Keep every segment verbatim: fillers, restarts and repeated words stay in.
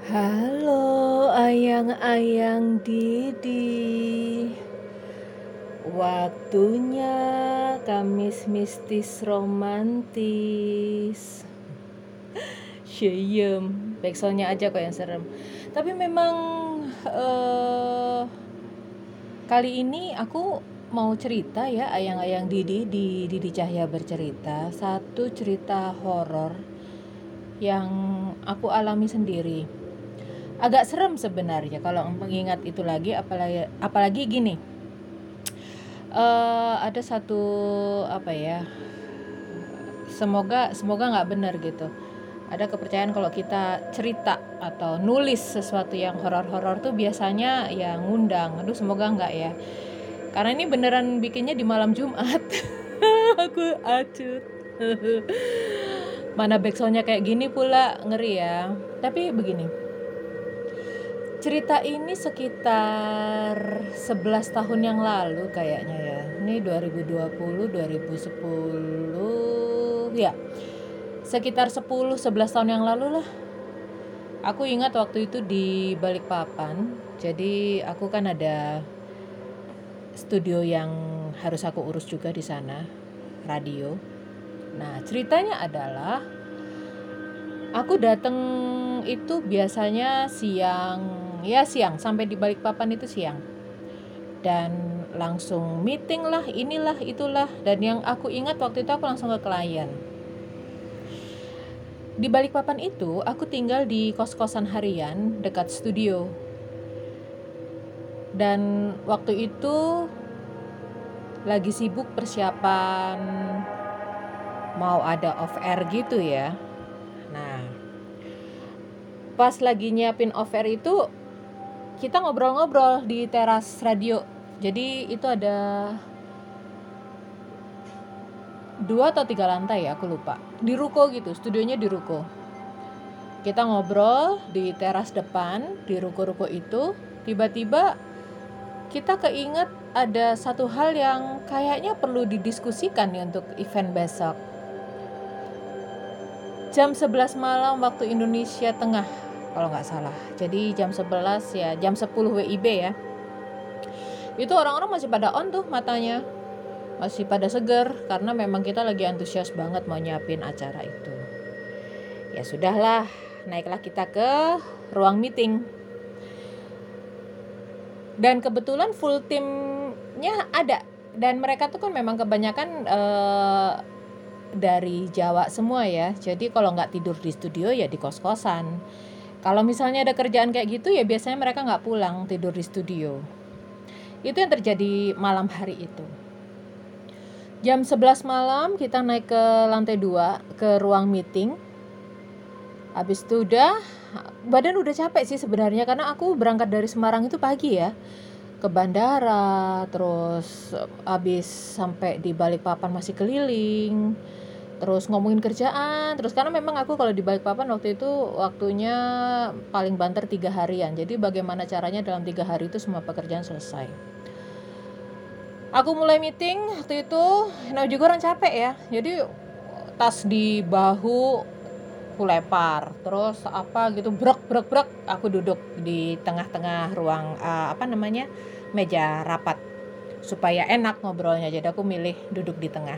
Halo ayang-ayang Didi, waktunya Kamis mistis romantis. Syeyem, backsoundnya aja kok yang serem. Tapi memang uh, kali ini aku mau cerita ya ayang-ayang Didi di Didi Cahya Bercerita. Satu cerita horor yang aku alami sendiri. Agak serem sebenarnya kalau mengingat itu lagi, apalagi apalagi gini. Uh, ada satu apa ya? Semoga semoga nggak benar gitu. Ada kepercayaan kalau kita cerita atau nulis sesuatu yang horor-horor tuh biasanya ya ngundang. Aduh semoga nggak ya. Karena ini beneran bikinnya di malam Jumat. Aku acut. Mana backsoundnya kayak gini pula, ngeri ya. Tapi begini. Cerita ini sekitar sebelas tahun yang lalu kayaknya ya. Ini dua ribu dua puluh, dua ribu sepuluh ya. Sekitar sepuluh sebelas tahun yang lalu lah. Aku ingat waktu itu di Balikpapan. Jadi aku kan ada studio yang harus aku urus juga di sana, radio. Nah, ceritanya adalah aku datang itu biasanya siang, ya siang, sampai di Balikpapan itu siang. Dan langsung meeting lah, inilah, itulah. Dan yang aku ingat waktu itu aku langsung ke klien. Di Balikpapan itu aku tinggal di kos-kosan harian dekat studio. Dan waktu itu lagi sibuk persiapan mau ada off air gitu ya. Nah, pas lagi nyiapin off air itu kita ngobrol-ngobrol di teras radio. Jadi itu ada dua atau tiga lantai ya, aku lupa. Di ruko gitu, studionya di ruko. Kita ngobrol di teras depan, di ruko-ruko itu. Tiba-tiba kita keinget ada satu hal yang kayaknya perlu didiskusikan nih untuk event besok. Jam sebelas malam waktu Indonesia Tengah, kalau nggak salah. Jadi jam sebelas ya, jam sepuluh W I B ya. Itu orang-orang masih pada on tuh matanya. Masih pada seger karena memang kita lagi antusias banget mau nyiapin acara itu. Ya sudahlah, naiklah kita ke ruang meeting. Dan kebetulan full timnya ada. Dan mereka tuh kan memang kebanyakan uh, dari Jawa semua ya. Jadi kalau nggak tidur di studio ya di kos-kosan. Kalau misalnya ada kerjaan kayak gitu ya biasanya mereka nggak pulang, tidur di studio. Itu yang terjadi malam hari itu. Jam sebelas malam kita naik ke lantai dua, ke ruang meeting. Habis itu udah, badan udah capek sih sebenarnya karena aku berangkat dari Semarang itu pagi ya. Ke bandara, terus habis sampai di Balikpapan masih keliling. Terus ngomongin kerjaan, terus karena memang aku kalau di Balikpapan waktu itu waktunya paling banter tiga harian. Jadi bagaimana caranya dalam tiga hari itu semua pekerjaan selesai. Aku mulai meeting waktu itu, nah juga orang capek ya. Jadi tas di bahu aku lepar, terus apa gitu brek brek brek. Aku duduk di tengah-tengah ruang uh, apa namanya meja rapat supaya enak ngobrolnya. Jadi aku milih duduk di tengah.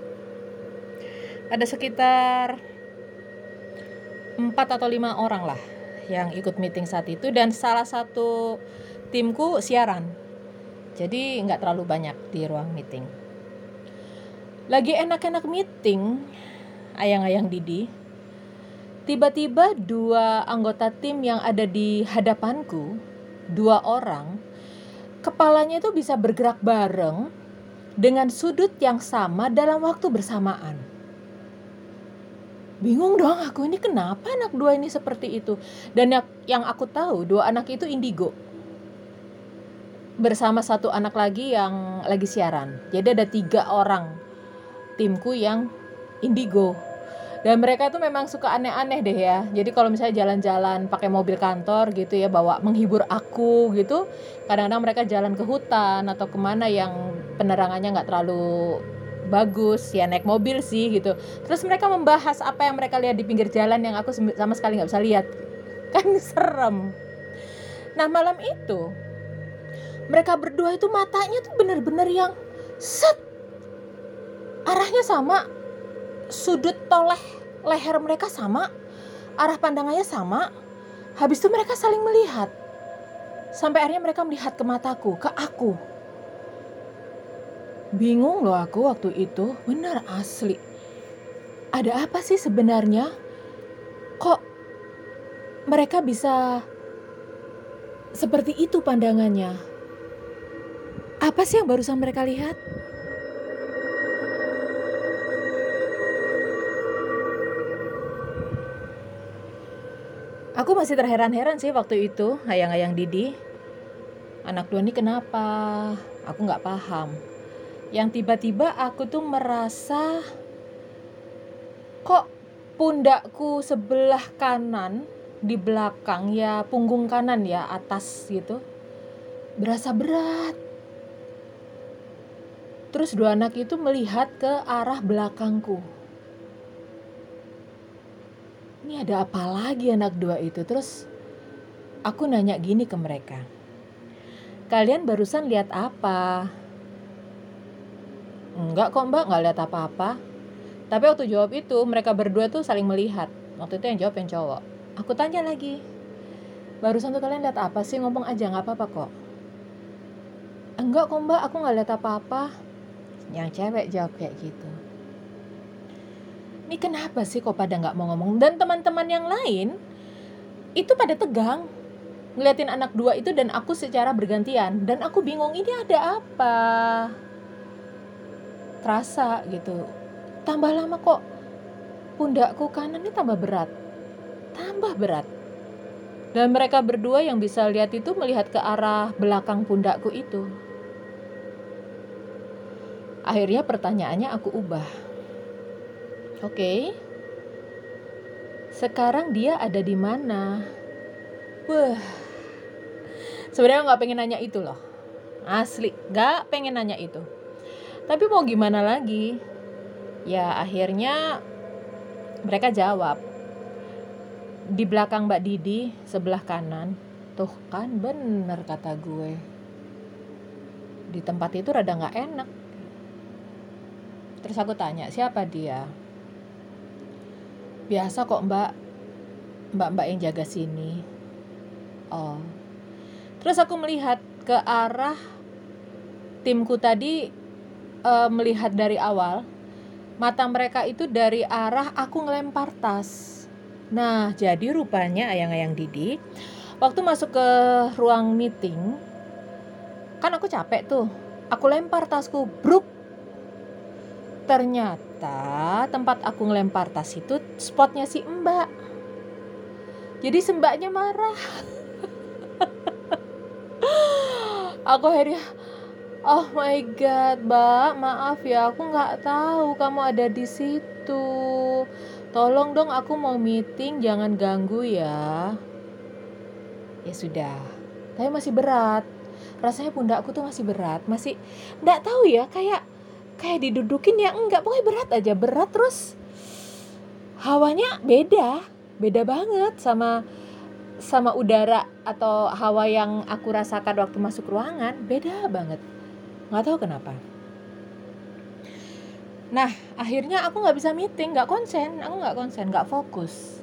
Ada sekitar empat atau lima orang lah yang ikut meeting saat itu dan salah satu timku siaran. Jadi nggak terlalu banyak di ruang meeting. Lagi enak-enak meeting, ayang-ayang Didi. Tiba-tiba dua anggota tim yang ada di hadapanku, dua orang, kepalanya itu bisa bergerak bareng dengan sudut yang sama dalam waktu bersamaan. Bingung dong aku, ini kenapa anak dua ini seperti itu? Dan yang aku tahu, dua anak itu indigo. Bersama satu anak lagi yang lagi siaran. Jadi ada tiga orang timku yang indigo. Dan mereka tuh memang suka aneh-aneh deh ya. Jadi kalau misalnya jalan-jalan pakai mobil kantor gitu ya, bawa menghibur aku gitu. Kadang-kadang mereka jalan ke hutan atau kemana yang penerangannya nggak terlalu bagus, ya naik mobil sih gitu. Terus mereka membahas apa yang mereka lihat di pinggir jalan yang aku sama sekali nggak bisa lihat. paling serem. Nah malam itu mereka berdua itu matanya tuh bener-bener yang set, arahnya sama, sudut toleh leher mereka sama, arah pandangannya sama. Habis itu mereka saling melihat, sampai akhirnya mereka melihat ke mataku, ke aku. Bingung loh aku waktu itu, benar asli. Ada apa sih sebenarnya? Kok mereka bisa seperti itu pandangannya? Apa sih yang barusan mereka lihat? Aku masih terheran-heran sih waktu itu, hayang-hayang Didi. Anak dua ini kenapa? Aku gak paham. Yang tiba-tiba aku tuh merasa kok pundakku sebelah kanan di belakang, ya punggung kanan ya atas gitu, berasa berat. Terus dua anak itu melihat ke arah belakangku. Ini ada apa lagi anak dua itu? Terus aku nanya gini ke mereka, kalian barusan lihat apa? Enggak kok mbak, gak lihat apa-apa. Tapi waktu jawab itu mereka berdua tuh saling melihat. Waktu itu yang jawab yang cowok. Aku tanya lagi, barusan tuh kalian lihat apa sih? Ngomong aja, gak apa-apa kok. Enggak kok mbak, aku gak lihat apa-apa. Yang cewek jawab kayak gitu. Ini kenapa sih kok pada gak mau ngomong? Dan teman-teman yang lain itu pada tegang ngeliatin anak dua itu dan aku secara bergantian. Dan aku bingung, ini ada apa? Terasa gitu. Tambah lama kok pundakku kanan ini tambah berat. Tambah berat. Dan mereka berdua yang bisa lihat itu melihat ke arah belakang pundakku itu. Akhirnya pertanyaannya aku ubah. Oke. Okay. Sekarang dia ada di mana? Wah. Sebenarnya gak pengen nanya itu loh. Asli, gak pengen nanya itu. Tapi mau gimana lagi? Ya akhirnya mereka jawab, di belakang Mbak Didi sebelah kanan. Tuh kan bener kata gue, di tempat itu rada gak enak. Terus aku tanya, siapa dia? Biasa kok mbak, mbak-mbak yang jaga sini. Oh. Terus aku melihat ke arah timku tadi, e, melihat dari awal. Mata mereka itu dari arah aku ngelempar tas. Nah, jadi rupanya ayang-ayang Didi, waktu masuk ke ruang meeting, kan aku capek tuh. Aku lempar tasku, bruk. Ternyata tempat aku ngelempar tas itu spotnya si Mbak. Jadi si Mbaknya marah. Aku akhirnya, oh my god, Mbak, maaf ya, aku nggak tahu kamu ada di situ. Tolong dong, aku mau meeting, jangan ganggu ya. Ya sudah, tapi masih berat. Rasanya pundakku tuh masih berat, masih nggak tahu ya, kayak kayak didudukin ya enggak, pokoknya berat aja, berat. Terus hawanya beda, beda banget sama sama udara atau hawa yang aku rasakan waktu masuk ruangan, beda banget. Nggak tahu kenapa. Nah, akhirnya aku nggak bisa meeting, nggak konsen, aku nggak konsen, nggak fokus.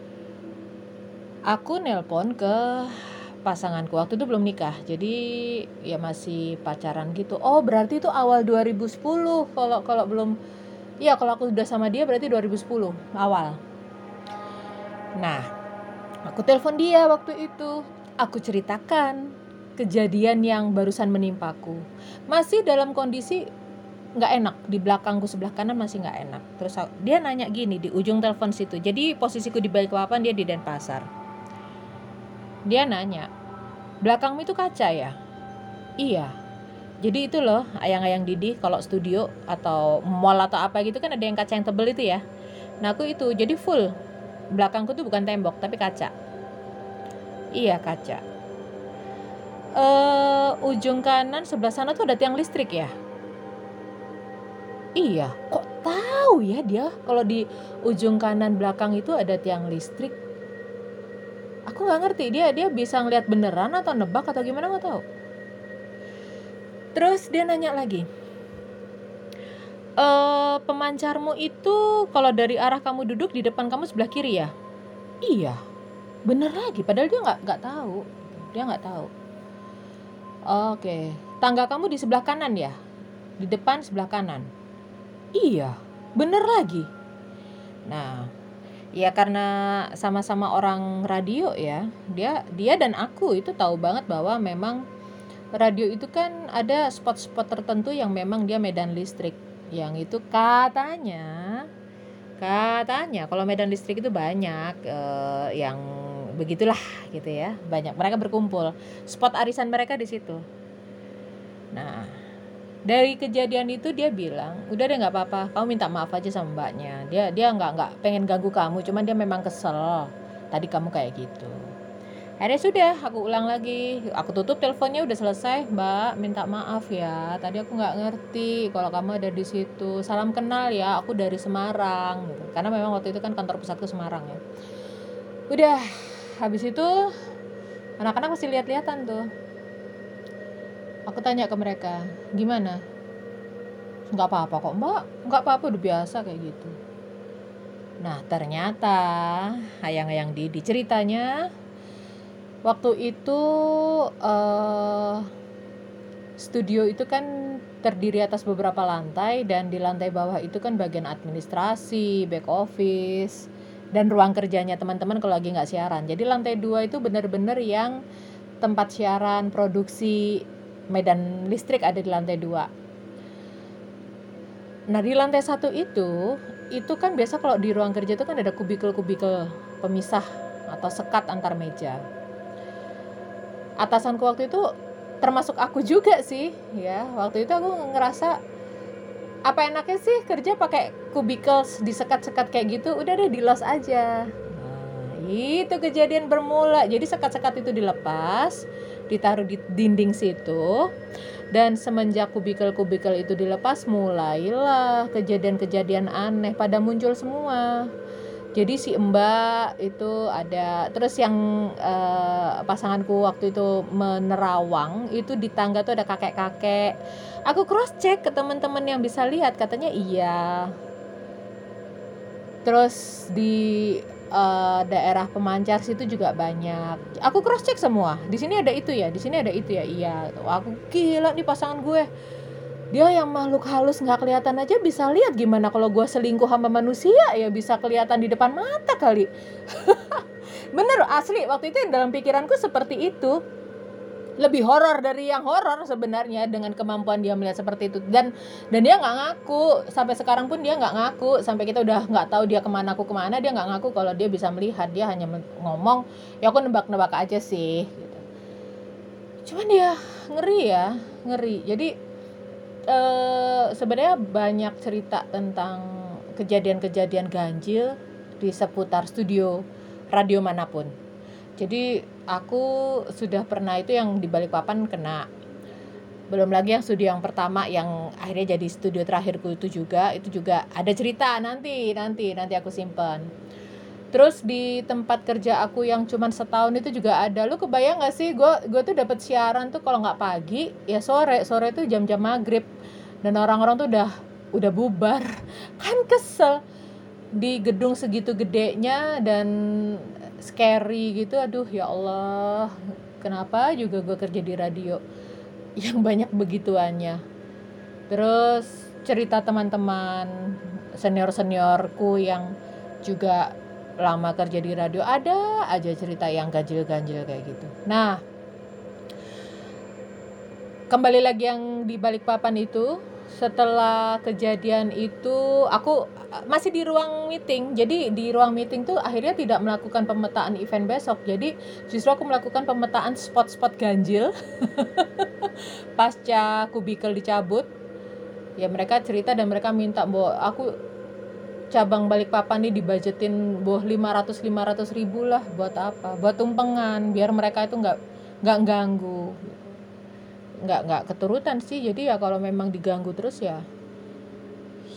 Aku nelpon ke pasanganku, waktu itu belum nikah, jadi ya masih pacaran gitu. Oh, berarti itu awal dua ribu sepuluh. Kalau kalau belum, ya kalau aku udah sama dia berarti dua ribu sepuluh awal. Nah, aku telepon dia waktu itu. Aku ceritakan kejadian yang barusan menimpaku. Masih dalam kondisi nggak enak, di belakangku sebelah kanan masih nggak enak. Terus dia nanya gini di ujung telepon situ. Jadi posisiku di Balikpapan, dia di Denpasar. Dia nanya, belakangmu itu kaca ya? Iya. Jadi itu loh, ayang-ayang Didi, kalau studio atau mall atau apa gitu kan ada yang kaca yang tebel itu ya. Nah aku itu, jadi full. Belakangku tuh bukan tembok, tapi kaca. Iya, kaca. Uh, ujung kanan sebelah sana tuh ada tiang listrik ya? Iya, kok tahu ya dia kalau di ujung kanan belakang itu ada tiang listrik? Aku nggak ngerti dia dia bisa ngeliat beneran atau nebak atau gimana, nggak tahu. Terus dia nanya lagi, e, pemancarmu itu kalau dari arah kamu duduk di depan kamu sebelah kiri ya? Iya, bener lagi. Padahal dia nggak nggak tahu, dia nggak tahu. Oke, tangga kamu di sebelah kanan ya? Di depan sebelah kanan. Iya, bener lagi. Nah, ya karena sama-sama orang radio ya, dia dia dan aku itu tahu banget bahwa memang radio itu kan ada spot-spot tertentu yang memang dia medan listrik, yang itu katanya katanya kalau medan listrik itu banyak eh, yang begitulah gitu ya, banyak mereka berkumpul, spot arisan mereka di situ. Nah, dari kejadian itu dia bilang, udah deh nggak apa-apa, kamu minta maaf aja sama mbaknya. Dia dia nggak nggak pengen ganggu kamu, cuman dia memang kesel tadi kamu kayak gitu. Akhirnya sudah, aku ulang lagi, aku tutup teleponnya, udah selesai, mbak, minta maaf ya, tadi aku nggak ngerti kalau kamu ada di situ. Salam kenal ya, aku dari Semarang, gitu. Karena memang waktu itu kan kantor pusatku Semarang ya. Udah, habis itu anak-anak masih lihat-lihatan tuh. Aku tanya ke mereka, gimana? Nggak apa-apa kok mbak, nggak apa-apa, udah biasa kayak gitu. Nah ternyata hayang-hayang di, di ceritanya waktu itu uh, studio itu kan terdiri atas beberapa lantai, dan di lantai bawah itu kan bagian administrasi, back office, dan ruang kerjanya teman-teman kalau lagi nggak siaran. Jadi lantai dua itu benar-benar yang tempat siaran, produksi, medan listrik ada di lantai dua. Nah di lantai satu itu, itu kan biasa kalau di ruang kerja itu kan ada kubikel-kubikel pemisah atau sekat antar meja. Atasanku waktu itu termasuk aku juga sih ya, waktu itu aku ngerasa apa enaknya sih kerja pakai kubikel disekat-sekat kayak gitu, udah deh di los aja. Nah itu kejadian bermula. Jadi sekat-sekat itu dilepas, ditaruh di dinding situ, dan semenjak kubikel-kubikel itu dilepas, mulailah kejadian-kejadian aneh pada muncul semua. Jadi si mbak itu ada, terus yang uh, pasanganku waktu itu menerawang itu di tangga tuh ada kakek-kakek. Aku cross check ke teman-teman yang bisa lihat, katanya iya. Terus di uh, daerah pemancar situ juga banyak. Aku cross check semua. Di sini ada itu ya, di sini ada itu ya. Iya. Aku gila nih pasangan gue. Dia yang makhluk halus nggak kelihatan aja bisa lihat, gimana kalau gue selingkuh sama manusia ya bisa kelihatan di depan mata kali. Bener asli, waktu itu dalam pikiranku seperti itu. Lebih horor dari yang horor sebenarnya dengan kemampuan dia melihat seperti itu. Dan dan dia nggak ngaku, sampai sekarang pun dia nggak ngaku, sampai kita udah nggak tahu dia kemana aku kemana, dia nggak ngaku kalau dia bisa melihat. Dia hanya ngomong, ya aku nebak-nebak aja sih gitu. Cuman dia ngeri ya, ngeri. Jadi Uh, sebenarnya banyak cerita tentang kejadian-kejadian ganjil di seputar studio radio manapun. Jadi aku sudah pernah itu yang di Balikpapan kena. Belum lagi yang studio yang pertama yang akhirnya jadi studio terakhirku itu juga, itu juga ada cerita, nanti nanti nanti aku simpan. Terus di tempat kerja aku yang cuma setahun itu juga ada. Lu kebayang gak sih, gue gue tuh dapat siaran tuh kalau nggak pagi ya sore, sore tuh jam-jam maghrib, dan orang-orang tuh udah udah bubar. Kan kesel di gedung segitu gedenya dan scary gitu. Aduh ya Allah, kenapa juga gue kerja di radio yang banyak begituannya. Terus cerita teman-teman senior-seniorku yang juga lama kerja di radio, ada aja cerita yang ganjil-ganjil kayak gitu. Nah, kembali lagi yang di Balikpapan itu, setelah kejadian itu aku masih di ruang meeting. Jadi di ruang meeting tuh akhirnya tidak melakukan pemetaan event besok. Jadi justru aku melakukan pemetaan spot-spot ganjil pasca kubikel dicabut. Ya mereka cerita dan mereka minta bahwa aku cabang Balikpapan nih dibajetin boh lima ratus ribu lah, buat apa? Buat tumpengan, biar mereka itu nggak nggak ganggu, nggak nggak keturutan sih. Jadi ya kalau memang diganggu terus ya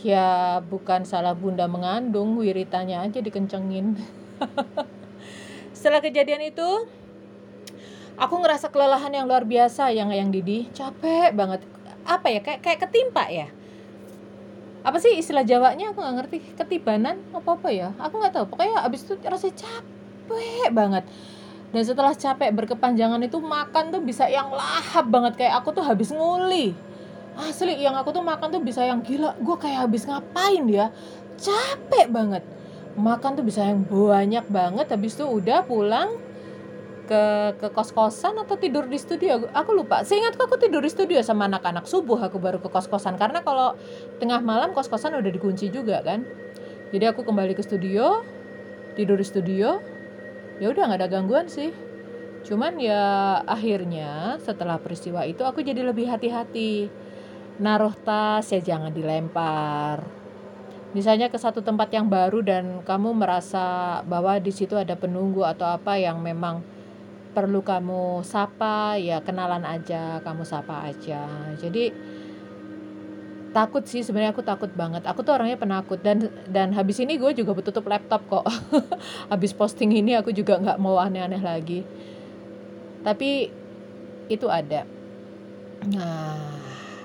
ya bukan salah bunda mengandung, wiritanya aja dikencengin. Setelah kejadian itu aku ngerasa kelelahan yang luar biasa, yang yang Didi, capek banget. Apa ya, kayak kayak ketimpa ya. Apa sih istilah Jawanya, aku nggak ngerti, ketibanan apa apa ya, aku nggak tahu. Pokoknya abis itu rasanya capek banget. Dan setelah capek berkepanjangan itu makan tuh bisa yang lahap banget, kayak aku tuh habis nguli. Asli, yang aku tuh makan tuh bisa yang gila, gue kayak habis ngapain ya, capek banget. Makan tuh bisa yang banyak banget. Habis itu udah pulang ke ke kos-kosan atau tidur di studio, aku lupa. Seingatku aku tidur di studio sama anak-anak. Subuh aku baru ke kos-kosan, karena kalau tengah malam kos-kosan udah dikunci juga kan. Jadi aku kembali ke studio, tidur di studio. Ya udah nggak ada gangguan sih. Cuman ya akhirnya setelah peristiwa itu aku jadi lebih hati-hati. Naruh tas ya jangan dilempar. Misalnya ke satu tempat yang baru dan kamu merasa bahwa di situ ada penunggu atau apa yang memang perlu kamu sapa, ya kenalan aja, kamu sapa aja. Jadi takut sih sebenarnya, aku takut banget. Aku tuh orangnya penakut, dan dan habis ini gue juga tutup laptop kok. Habis posting ini aku juga nggak mau aneh-aneh lagi. Tapi itu ada. Nah,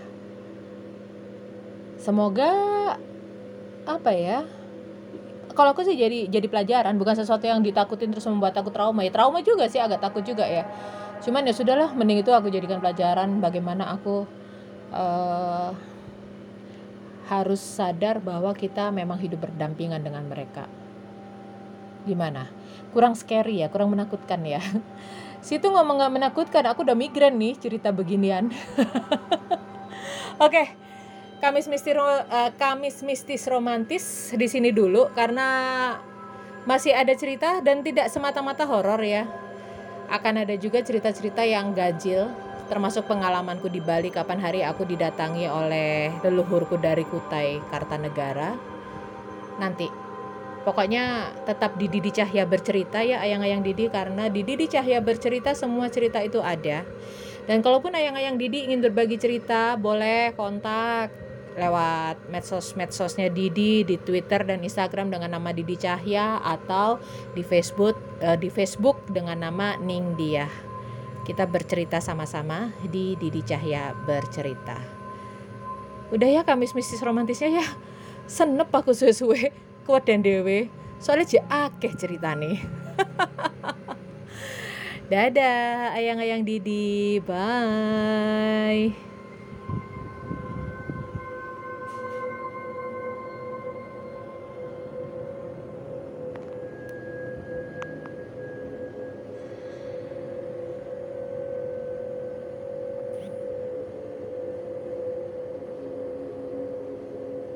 semoga apa ya? Kalau aku sih jadi jadi pelajaran, bukan sesuatu yang ditakutin terus membuat aku trauma. Ya trauma juga sih, agak takut juga ya. Cuman ya sudahlah, mending itu aku jadikan pelajaran bagaimana aku uh, harus sadar bahwa kita memang hidup berdampingan dengan mereka. Gimana? Kurang scary ya, kurang menakutkan ya. Situ ngomong gak menakutkan, aku udah migren nih cerita beginian. Oke. Okay. Kamis mistis uh, Kamis mistis romantis di sini dulu, karena masih ada cerita dan tidak semata-mata horor ya. Akan ada juga cerita-cerita yang ganjil, termasuk pengalamanku di Bali kapan hari aku didatangi oleh leluhurku dari Kutai Kartanegara. Nanti pokoknya tetap di Didi Cahya Bercerita ya ayang-ayang Didi, karena di Didi Cahya Bercerita semua cerita itu ada. Dan kalaupun ayang-ayang Didi ingin berbagi cerita, boleh kontak lewat medsos-medsosnya Didi di Twitter dan Instagram dengan nama Didi Cahya, atau di Facebook uh, di Facebook dengan nama Ning Diah. Kita bercerita sama-sama di Didi Cahya Bercerita. Udah ya Kamis mistis romantisnya ya. Senep aku suwe-suwe kuat dan dewe. Soalnya je akeh ceritane. Dadah ayang-ayang Didi. Bye.